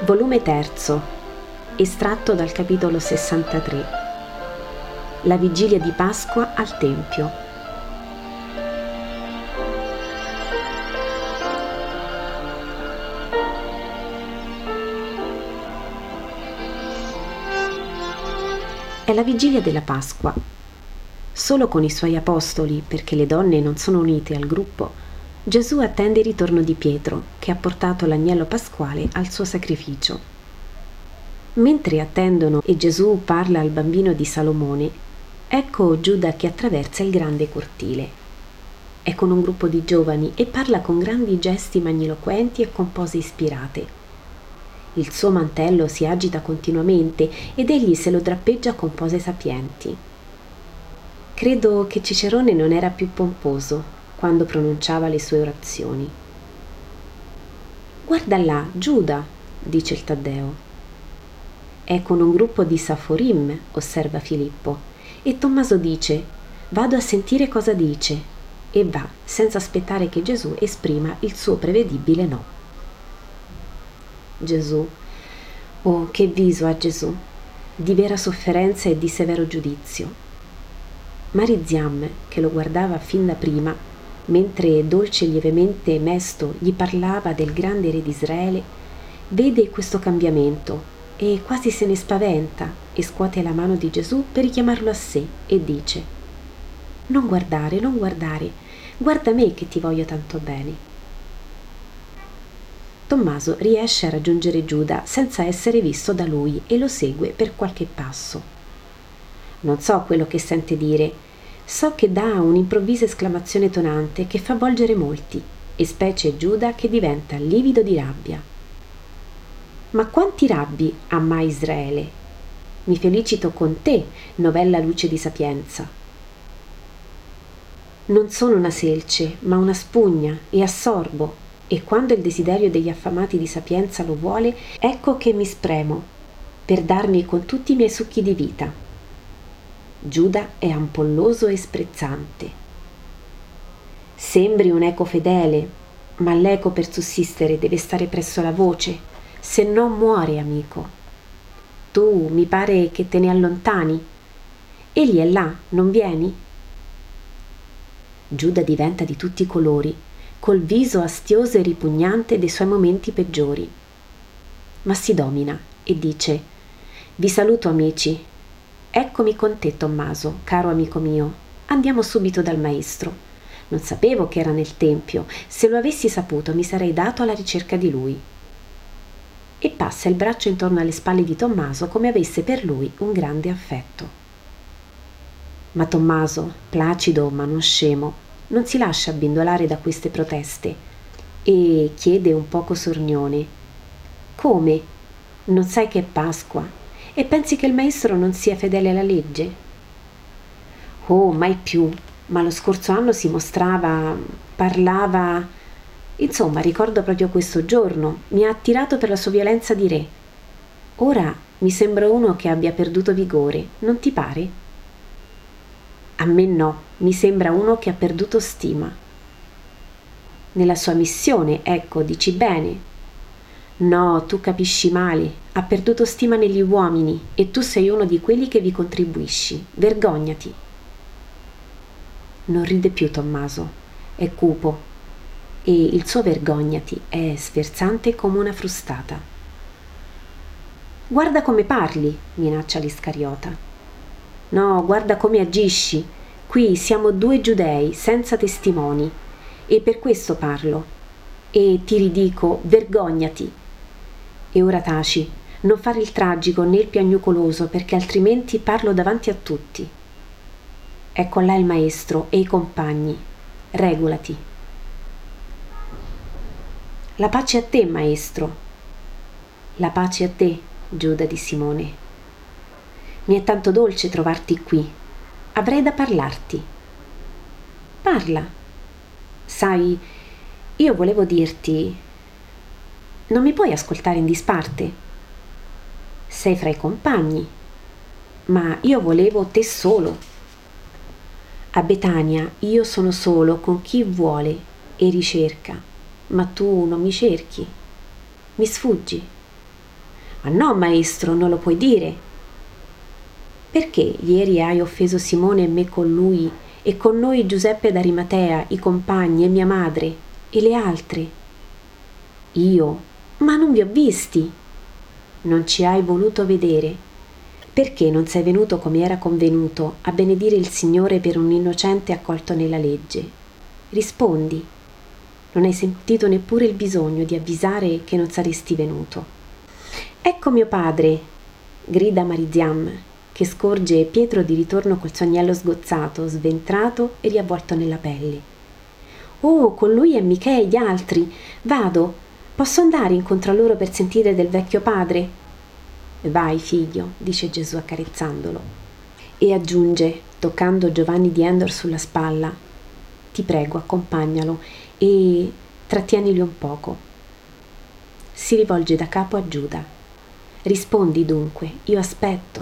Volume 3, estratto dal capitolo 63. La vigilia di Pasqua al Tempio. È la vigilia della Pasqua. Solo con i suoi apostoli, perché le donne non sono unite al gruppo, Gesù attende il ritorno di Pietro, che ha portato l'agnello pasquale al suo sacrificio. Mentre attendono e Gesù parla al bambino di Salomone, ecco Giuda che attraversa il grande cortile. È con un gruppo di giovani e parla con grandi gesti magniloquenti e con pose ispirate. Il suo mantello si agita continuamente ed egli se lo drappeggia con pose sapienti. Credo che Cicerone non era più pomposo quando pronunciava le sue orazioni. «Guarda là, Giuda», dice il Taddeo. «È con un gruppo di Saforim», osserva Filippo, e Tommaso dice «Vado a sentire cosa dice», e va, senza aspettare che Gesù esprima il suo prevedibile no. Gesù, oh che viso ha Gesù, di vera sofferenza e di severo giudizio. Mariziam, che lo guardava fin da prima, mentre dolce e lievemente mesto gli parlava del grande re d'Israele, vede questo cambiamento e quasi se ne spaventa e scuote la mano di Gesù per richiamarlo a sé e dice: non guardare, guarda me che ti voglio tanto bene. Tommaso riesce a raggiungere Giuda senza essere visto da lui e lo segue per qualche passo. Non so quello che sente dire. So che dà un'improvvisa esclamazione tonante che fa volgere molti, e specie Giuda che diventa livido di rabbia. Ma quanti rabbi ha mai Israele? Mi felicito con te, novella luce di sapienza. Non sono una selce, ma una spugna, e assorbo, e quando il desiderio degli affamati di sapienza lo vuole, ecco che mi spremo, per darmi con tutti i miei succhi di vita. Giuda è ampolloso e sprezzante. Sembri un eco fedele, ma l'eco per sussistere deve stare presso la voce, se no muore, amico. Tu mi pare che te ne allontani. Egli è là, non vieni? Giuda diventa di tutti i colori, col viso astioso e ripugnante dei suoi momenti peggiori. Ma si domina e dice: vi saluto, amici. Eccomi con te, Tommaso, caro amico mio. Andiamo subito dal maestro. Non sapevo che era nel tempio. Se lo avessi saputo mi sarei dato alla ricerca di lui. E passa il braccio intorno alle spalle di Tommaso come avesse per lui un grande affetto. Ma Tommaso, placido ma non scemo, non si lascia abbindolare da queste proteste e chiede un poco sornione: come? Non sai che è Pasqua? E pensi che il maestro non sia fedele alla legge? Oh, mai più, ma lo scorso anno si mostrava, parlava. Insomma, ricordo proprio questo giorno, mi ha attirato per la sua violenza di re. Ora mi sembra uno che abbia perduto vigore, non ti pare? A me no, mi sembra uno che ha perduto stima. Nella sua missione, ecco, dici bene. No, tu capisci male. Ha perduto stima negli uomini e tu sei uno di quelli che vi contribuisci. Vergognati. Non ride più Tommaso. È cupo e il suo vergognati è sferzante come una frustata. Guarda come parli, minaccia l'Iscariota. No, guarda come agisci. Qui siamo due giudei senza testimoni e per questo parlo. E ti ridico, vergognati. E ora taci, non fare il tragico né il piagnucoloso, perché altrimenti parlo davanti a tutti. Ecco là il maestro e i compagni. Regolati. La pace a te, maestro. La pace a te, Giuda di Simone. Mi è tanto dolce trovarti qui. Avrei da parlarti. Parla. Sai, io volevo dirti: non mi puoi ascoltare in disparte? Sei fra i compagni, ma io volevo te solo. A Betania io sono solo con chi vuole e ricerca, ma tu non mi cerchi, mi sfuggi. Ma no, maestro, non lo puoi dire. Perché ieri hai offeso Simone e me con lui, e con noi Giuseppe d'Arimatea, i compagni e mia madre, e le altre? Io? Ma non vi ho visti. Non ci hai voluto vedere. Perché non sei venuto come era convenuto a benedire il Signore per un innocente accolto nella legge? Rispondi. Non hai sentito neppure il bisogno di avvisare che non saresti venuto. Ecco mio padre, grida Mariziam, che scorge Pietro di ritorno col suo agnello sgozzato, sventrato e riavvolto nella pelle. Oh, con lui e Michè e gli altri. Vado. Posso andare incontro a loro per sentire del vecchio padre? Vai, figlio, dice Gesù accarezzandolo. E aggiunge, toccando Giovanni di Endor sulla spalla, ti prego, accompagnalo e trattienili un poco. Si rivolge da capo a Giuda. Rispondi dunque, io aspetto.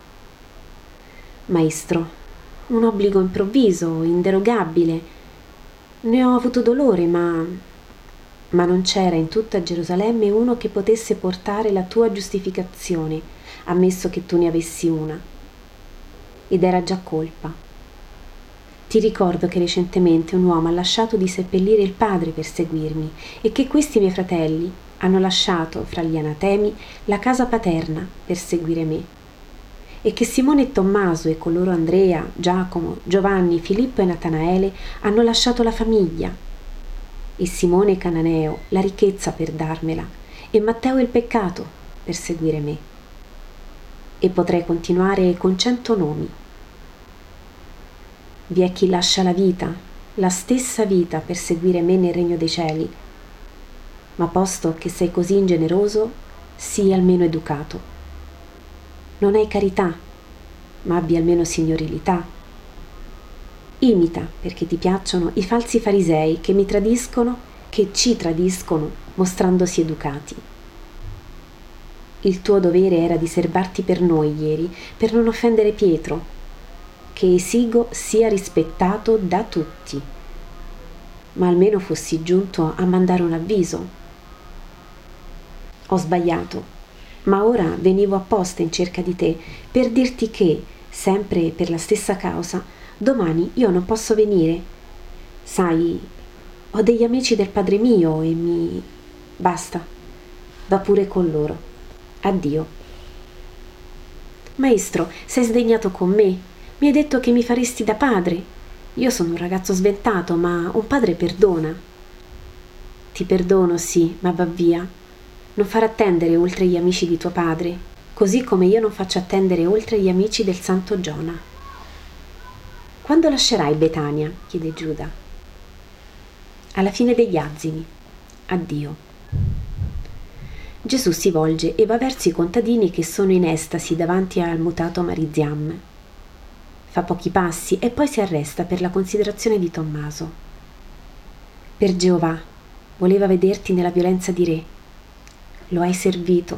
Maestro, un obbligo improvviso, inderogabile. Ne ho avuto dolore, ma non c'era in tutta Gerusalemme uno che potesse portare la tua giustificazione, ammesso che tu ne avessi una. Ed era già colpa. Ti ricordo che recentemente un uomo ha lasciato di seppellire il padre per seguirmi e che questi miei fratelli hanno lasciato, fra gli anatemi, la casa paterna per seguire me. E che Simone e Tommaso e con loro Andrea, Giacomo, Giovanni, Filippo e Natanaele hanno lasciato la famiglia, e Simone Cananeo la ricchezza per darmela, e Matteo il peccato per seguire me. E potrei continuare con 100 nomi. Vi è chi lascia la vita, la stessa vita per seguire me nel regno dei cieli. Ma posto che sei così ingeneroso, sii almeno educato. Non hai carità, ma abbi almeno signorilità. Imita, perché ti piacciono, i falsi farisei che mi tradiscono, che ci tradiscono, mostrandosi educati. Il tuo dovere era di serbarti per noi ieri, per non offendere Pietro, che esigo sia rispettato da tutti. Ma almeno fossi giunto a mandare un avviso. Ho sbagliato, ma ora venivo apposta in cerca di te per dirti che, sempre per la stessa causa, domani io non posso venire. Sai, ho degli amici del padre mio e basta. Va pure con loro. Addio. Maestro, sei sdegnato con me. Mi hai detto che mi faresti da padre. Io sono un ragazzo sventato, ma un padre perdona. Ti perdono, sì, ma va via. Non far attendere oltre gli amici di tuo padre, così come io non faccio attendere oltre gli amici del santo Giona. Quando lascerai Betania? Chiede Giuda. Alla fine degli azimi. Addio. Gesù si volge e va verso i contadini che sono in estasi davanti al mutato Mariziam. Fa pochi passi e poi si arresta per la considerazione di Tommaso. Per Geova, voleva vederti nella violenza di re. Lo hai servito.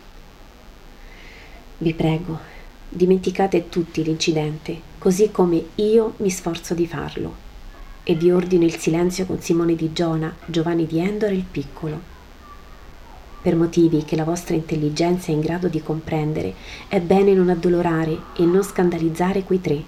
Vi prego, dimenticate tutti l'incidente, così come io mi sforzo di farlo, e vi ordino il silenzio con Simone di Giona, Giovanni di Endor e il piccolo. Per motivi che la vostra intelligenza è in grado di comprendere, è bene non addolorare e non scandalizzare quei 3.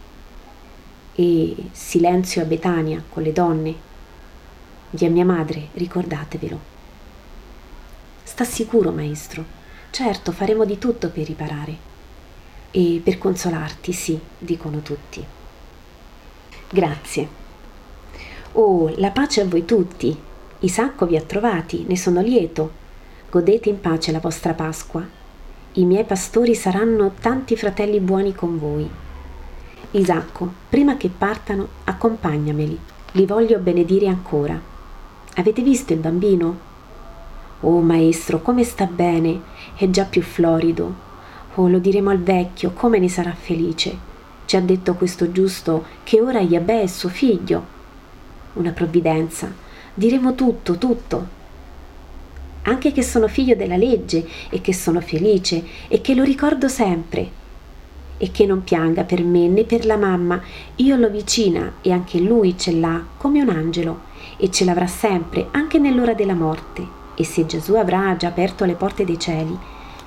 E silenzio a Betania con le donne. Di mia madre, ricordatevelo. Sta sicuro, maestro? Certo, faremo di tutto per riparare. E per consolarti, sì, dicono tutti. Grazie. Oh, la pace a voi tutti. Isacco vi ha trovati, ne sono lieto. Godete in pace la vostra Pasqua. I miei pastori saranno tanti fratelli buoni con voi. Isacco, prima che partano, accompagnameli. Li voglio benedire ancora. Avete visto il bambino? Oh, maestro, come sta bene, è già più florido. Oh, lo diremo al vecchio, come ne sarà felice. Ci ha detto questo giusto che ora Iabè è suo figlio. Una provvidenza. Diremo tutto, tutto. Anche che sono figlio della legge e che sono felice e che lo ricordo sempre. E che non pianga per me né per la mamma. Io l'ho vicina e anche lui ce l'ha come un angelo e ce l'avrà sempre, anche nell'ora della morte. E se Gesù avrà già aperto le porte dei cieli,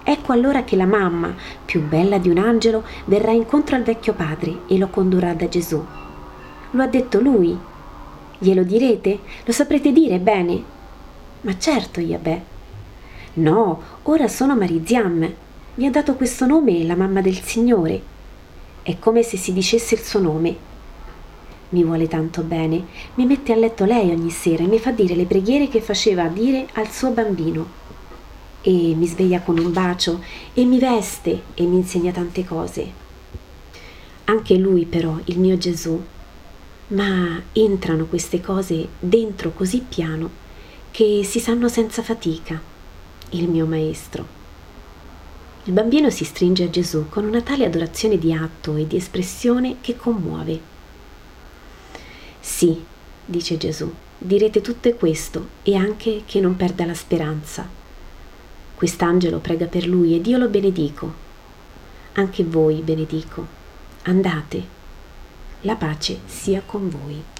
Ecco allora che la mamma, più bella di un angelo, verrà incontro al vecchio padre e lo condurrà da Gesù. Lo ha detto lui. Glielo direte? Lo saprete dire bene? Ma certo, Yahweh. No, ora sono Mariziam. Mi ha dato questo nome la mamma del Signore. È come se si dicesse il suo nome. Mi vuole tanto bene, mi mette a letto lei ogni sera e mi fa dire le preghiere che faceva dire al suo bambino. E mi sveglia con un bacio e mi veste e mi insegna tante cose. Anche lui però, il mio Gesù. Ma entrano queste cose dentro così piano che si sanno senza fatica. Il mio maestro. Il bambino si stringe a Gesù con una tale adorazione di atto e di espressione che commuove. Sì, dice Gesù, direte tutto questo e anche che non perda la speranza. Quest'angelo prega per lui ed io lo benedico. Anche voi benedico. Andate. La pace sia con voi.